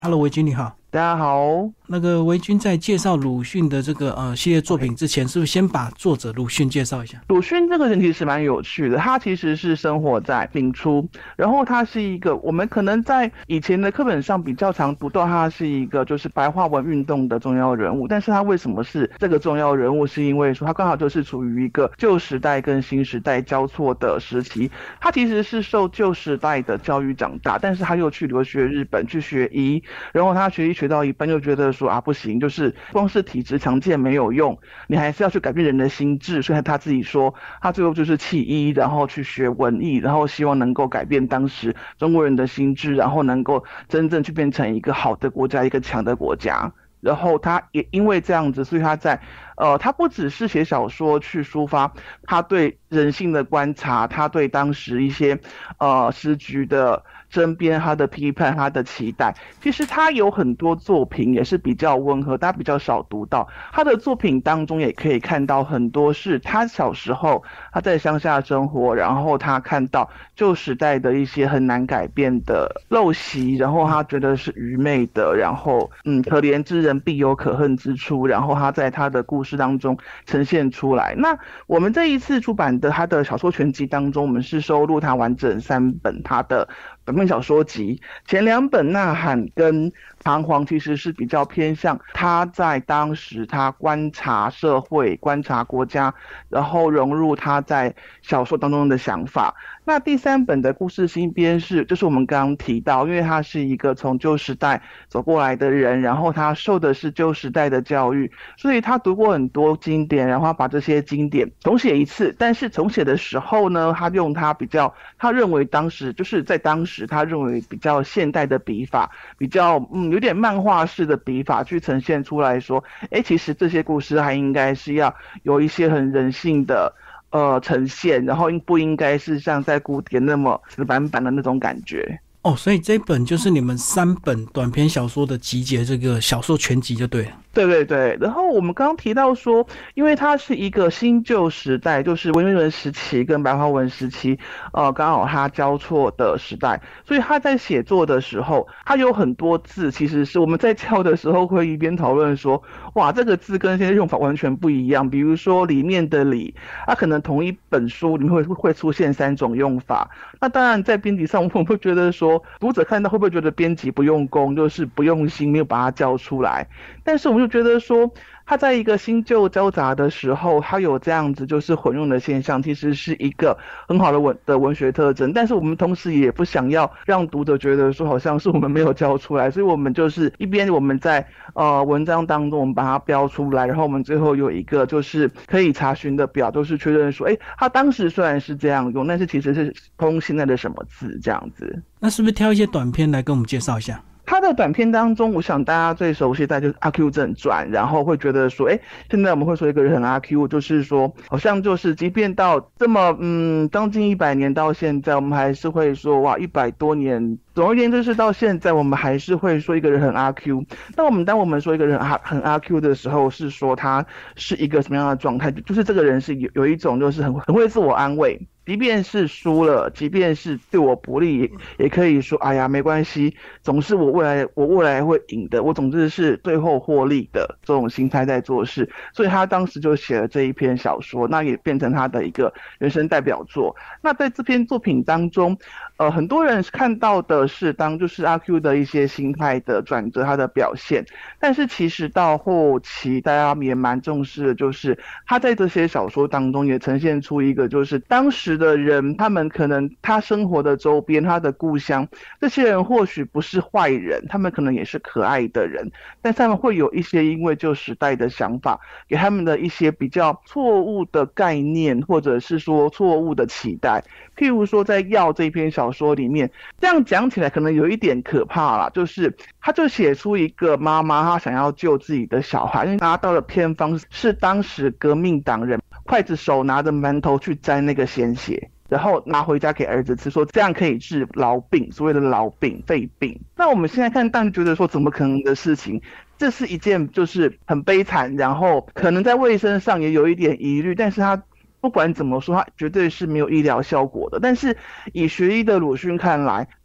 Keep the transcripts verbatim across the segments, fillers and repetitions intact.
Hello，维君你好。 大家好。 那个维君在介绍鲁迅的这个呃系列作品之前，是不是先把作者鲁迅介绍一下？ 鲁迅这个人其实蛮有趣的，他其实是生活在明初，然后他是一个我们可能在以前的课本上比较常读到他是一个就是白话文运动的重要人物，但是他为什么是这个重要人物，是因为说他刚好就是处于一个旧时代跟新时代交错的时期，他其实是受旧时代的教育长大，但是他又去留学日本去学医，然后他学医学到一半就觉得说啊不行，就是光是体质强健没有用，你还是要去改变人的心智，所以他自己说他最后就是弃医，然后去学文艺，然后希望能够改变当时中国人的心智，然后能够真正去变成一个好的国家，一个强的国家。然后他也因为这样子，所以他在呃，他不只是写小说去抒发他对人性的观察，他对当时一些呃时局的争辩，他的批判，他的期待。其实他有很多作品也是比较温和，大家比较少读到。他的作品当中也可以看到很多是他小时候他在乡下生活，然后他看到旧时代的一些很难改变的陋习，然后他觉得是愚昧的，然后嗯，可怜之人必有可恨之处，然后他在他的故事当中呈现出来。那我们这一次出版的他的小说全集当中，我们是收录他完整三本他的短篇小说集，前两本《呐喊》跟《彷徨》其实是比较偏向他在当时他观察社会、观察国家，然后融入他在小说当中的想法。那第三本的故事新编是，就是我们刚刚提到，因为他是一个从旧时代走过来的人，然后他受的是旧时代的教育，所以他读过很多经典，然后把这些经典重写一次。但是重写的时候呢，他用他比较他认为当时就是在当时他认为比较现代的笔法，比较嗯有点漫画式的笔法去呈现出来说，哎，其实这些故事还应该是要有一些很人性的呃呈现，然后不应该是像在古典那么死板板的那种感觉。 哦，所以这本就是你们三本短篇小说的集结，这个小说全集就对了。 对对对，然后我们刚刚提到说，因为它是一个新旧时代，就是文言文时期跟白话文时期，呃，刚好它交错的时代，所以他在写作的时候，他有很多字，其实是我们在教的时候会一边讨论说，哇，这个字跟现在用法完全不一样。比如说里面的里，它可能同一本书里面会会出现三种用法。那当然在编辑上，我们会觉得说，读者看到会不会觉得编辑不用功，就是不用心，没有把它教出来？但是我们就觉得说，他在一个新旧交杂的时候，他有这样子就是混用的现象，其实是一个很好的文的文学特征。但是我们同时也不想要让读者觉得说好像是我们没有教出来，所以我们就是一边我们在呃文章当中我们把它标出来，然后我们最后有一个就是可以查询的表，就是确认说，哎，他当时虽然是这样用，但是其实是通现在的什么字这样子。 那是不是挑一些短篇来跟我们介绍一下？ 他的短片当中，我想大家最熟悉的就是阿 Q 正传，然后会觉得说，哎，现在我们会说一个人很阿 Q， 就是说，好像就是即便到这么嗯将近一百年到现在，我们还是会说，哇，一百多年。总而言之，就是到现在，我们还是会说一个人很阿 Q。那我们当我们说一个人很阿 Q 的时候，是说他是一个什么样的状态？就是这个人是有有一种就是很很会自我安慰。即便是输了，即便是对我不利，也也可以说，哎呀，没关系，总是我未来我未来会赢的，我总之是最后获利的这种心态在做事。所以他当时就写了这一篇小说，那也变成他的一个人生代表作。那在这篇作品当中，呃，很多人看到的是当就是阿 Q 的一些心态的转折，他的表现。但是其实到后期，大家也蛮重视的，就是他在这些小说当中也呈现出一个，就是当时的人，他们可能他生活的周边，他的故乡，这些人或许不是坏人，他们可能也是可爱的人，但他们会有一些因为旧时代的想法，给他们的一些比较错误的概念，或者是说错误的期待。譬如说在《药》这篇小说里面，这样讲起来可能有一点可怕啦，就是他就写出一个妈妈，她想要救自己的小孩，因为拿到的偏方是当时革命党人刽子手拿着馒头去沾那个鲜血，然后拿回家给儿子吃，说这样可以治痨病，所谓的痨病、肺病。那我们现在看，当然觉得说怎么可能的事情，这是一件就是很悲惨，然后可能在卫生上也有一点疑虑，但是他不管怎么说，它绝对是没有医疗效果的。但是以学医的鲁迅看来，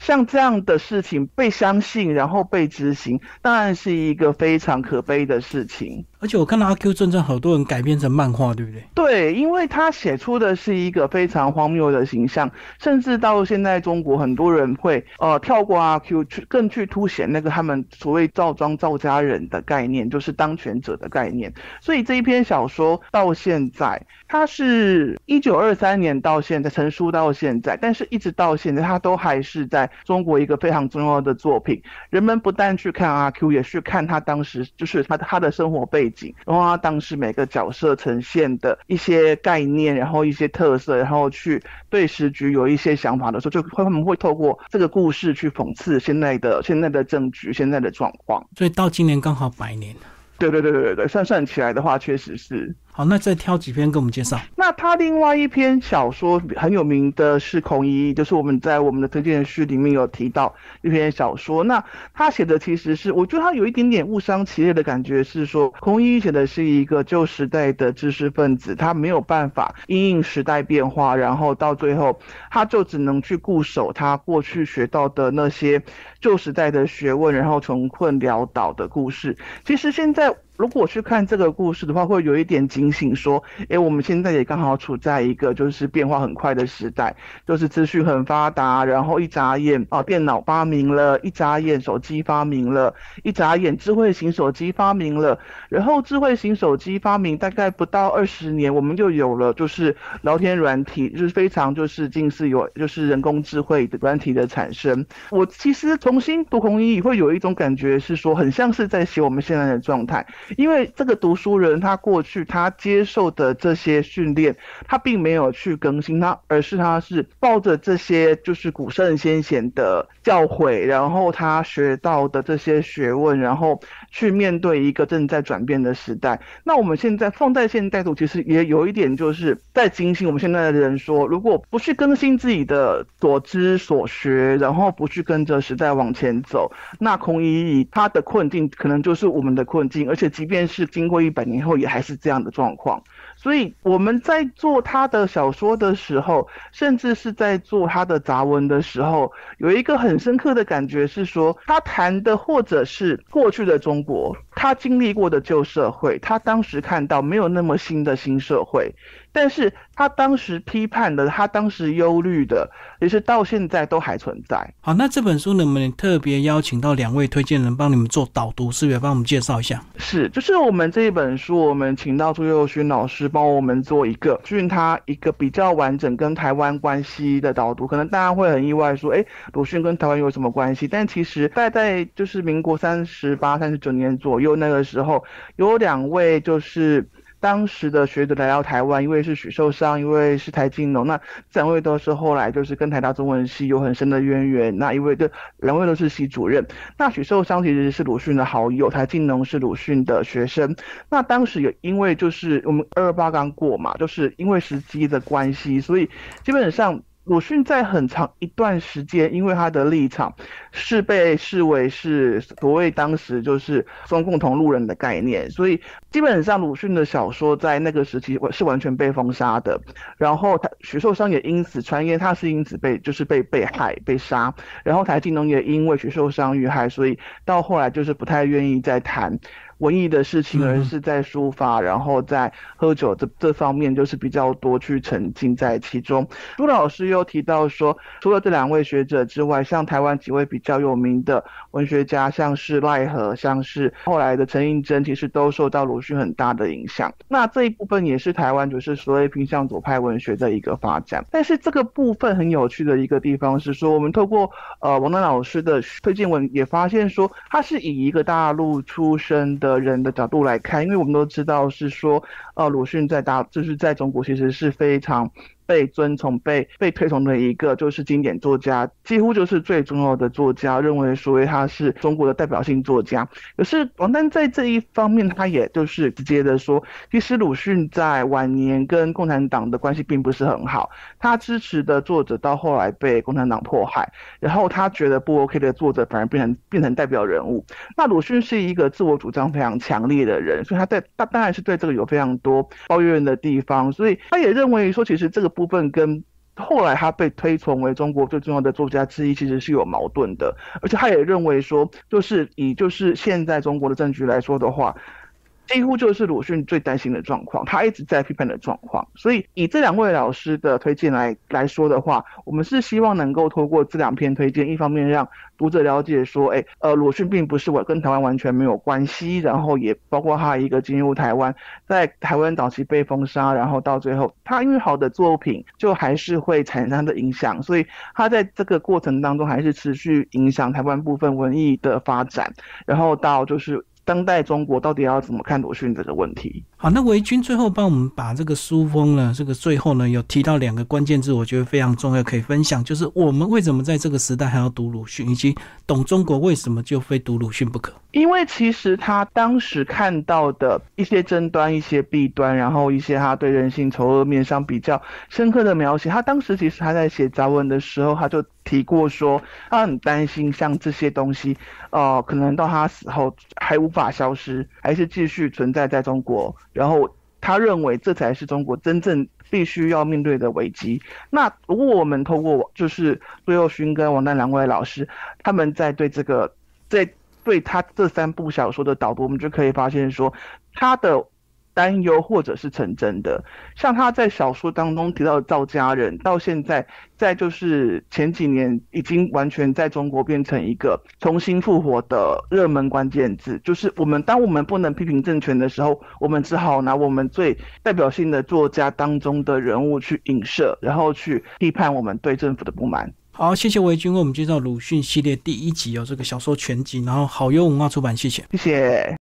像这样的事情被相信，然后被执行，当然是一个非常可悲的事情。 而且我看到阿 Q 正传好多人改编成漫画，对不对？ 对，因为他写出的是一个非常荒谬的形象，甚至到现在中国很多人会呃跳过阿 Q 去更去凸显那个他们所谓赵庄赵家人的概念，就是当权者的概念。所以这一篇小说到现在，它是一九二三年到现在成书到现在，但是一直到现在它都还是在中国一个非常重要的作品。人们不但去看阿 Q， 也去看他当时就是他他的生活背景，然后他当时每个角色呈现的一些概念，然后一些特色，然后去对时局有一些想法的时候，就会他们会透过这个故事去讽刺现在的现在的政局、现在的状况。 所以到今年刚好百年。 对对对对对，算算起来的话，确实是。 好，那再挑几篇跟我们介绍。 那他另外一篇小说很有名的是孔乙己，就是我们在我们的推荐序里面有提到一篇小说。那他写的其实是，我觉得他有一点点误伤其类的感觉，是说孔乙己写的是一个旧时代的知识分子，他没有办法因应时代变化，然后到最后他就只能去固守他过去学到的那些旧时代的学问，然后穷困潦倒的故事。其实现在如果去看这个故事的话，会有一点警醒说，诶，我们现在也刚好处在一个就是变化很快的时代，就是资讯很发达，然后一眨眼啊，电脑发明了，一眨眼手机发明了，一眨眼智慧型手机发明了，然后智慧型手机发明大概不到二十年，我们就有了就是聊天软体，就是非常就是近似有就是人工智慧的软体的产生。我其实重新读孔乙己会有一种感觉是说，很像是在写我们现在的状态。因为这个读书人他过去他接受的这些训练，他并没有去更新他，而是他是抱着这些就是古圣先贤的教诲，然后他学到的这些学问，然后去面对一个正在转变的时代。那我们现在放在现代读，其实也有一点就是在警醒我们现在的人说，如果不去更新自己的所知所学，然后不去跟着时代往前走，那孔乙己他的困境可能就是我们的困境，而且即便是经过一百年后也还是这样的状况。所以我们在做他的小说的时候，甚至是在做他的杂文的时候，有一个很深刻的感觉是说，他谈的或者是过去的中国，他经历过的旧社会，他当时看到没有那么新的新社会，但是他当时批判的，他当时忧虑的，其实到现在都还存在。 好，那这本书呢，我们特别邀请到两位推荐人帮你们做导读，是不是帮我们介绍一下？ 是，就是我们这一本书，我们请到朱佑勋老师帮我们做一个训他一个比较完整跟台湾关系的导读。可能大家会很意外说，哎，鲁迅跟台湾有什么关系？但其实大概在就是民国三十八、三十九年左右那个时候，有两位就是当时的学者来到台湾，一位是许寿裳，一位是台静农。那这两位都是后来就是跟台大中文系有很深的渊源。那一位的两位都是系主任。那许寿裳其实是鲁迅的好友，台静农是鲁迅的学生。那当时也因为就是我们二二八刚过嘛，就是因为时机的关系，所以基本上鲁迅在很长一段时间，因为他的立场是被视为是所谓当时就是中共同路人的概念，所以基本上鲁迅的小说在那个时期是完全被封杀的。然后他许寿裳也因此传言他是因此被就是被被害被杀，然后台静农也因为许寿裳遇害，所以到后来就是不太愿意再谈文艺的事情，而是在书法，然后在喝酒这这方面就是比较多去沉浸在其中。朱老师又提到说，除了这两位学者之外，像台湾几位比较有名的文学家，像是赖和，像是后来的陈映真，其实都受到鲁迅很大的影响。那这一部分也是台湾就是所谓偏向左派文学的一个发展。但是这个部分很有趣的一个地方是说，我们透过呃王丹老师的推荐文也发现说，他是以一个大陆出身的人的角度来看，因为我们都知道是说，呃，鲁迅在大就是在中国其实是非常被尊崇、被被推崇的一个就是经典作家，几乎就是最重要的作家，认为说他是中国的代表性作家。可是王丹在这一方面，他也就是直接的说，其实鲁迅在晚年跟共产党的关系并不是很好，他支持的作者到后来被共产党迫害，然后他觉得不 OK 的作者反而变成变成代表人物。那鲁迅是一个自我主张非常强烈的人，所以他在他当然是对这个有非常多抱怨的地方，所以他也认为说，其实这个部分跟后来他被推崇为中国最重要的作家之一，其实是有矛盾的。而且他也认为说，就是以就是现在中国的政局来说的话，几乎就是鲁迅最担心的状况，他一直在批判的状况。所以以这两位老师的推荐来来说的话，我们是希望能够透过这两篇推荐，一方面让读者了解说，哎，呃，鲁迅并不是我跟台湾完全没有关系，然后也包括他一个进入台湾，在台湾早期被封杀，然后到最后他因为好的作品就还是会产生他的影响，所以他在这个过程当中还是持续影响台湾部分文艺的发展，然后到就是当代中国到底要怎么看鲁迅这个问题。 好，那维君最后帮我们把这个书封呢，这个最后呢有提到两个关键字，我觉得非常重要，可以分享，就是我们为什么在这个时代还要读鲁迅，以及懂中国为什么就非读鲁迅不可。 因为其实他当时看到的一些争端、一些弊端，然后一些他对人性丑恶面上比较深刻的描写，他当时其实他在写杂文的时候，他就提过说，他很担心像这些东西，呃，可能到他死后还无法消失，还是继续存在在中国。然后他认为这才是中国真正必须要面对的危机。那如果我们透过就是陆佑勋跟王丹两位老师，他们在对这个在对他这三部小说的导读，我们就可以发现说，他的担忧或者是成真的。像他在小说当中提到的赵家人，到现在在就是前几年已经完全在中国变成一个重新复活的热门关键字。就是我们当我们不能批评政权的时候，我们只好拿我们最代表性的作家当中的人物去影射，然后去批判我们对政府的不满。 好，谢谢维君为我们介绍鲁迅系列第一集哦，这个小说全集，然后好优文化出版，谢谢， 谢谢。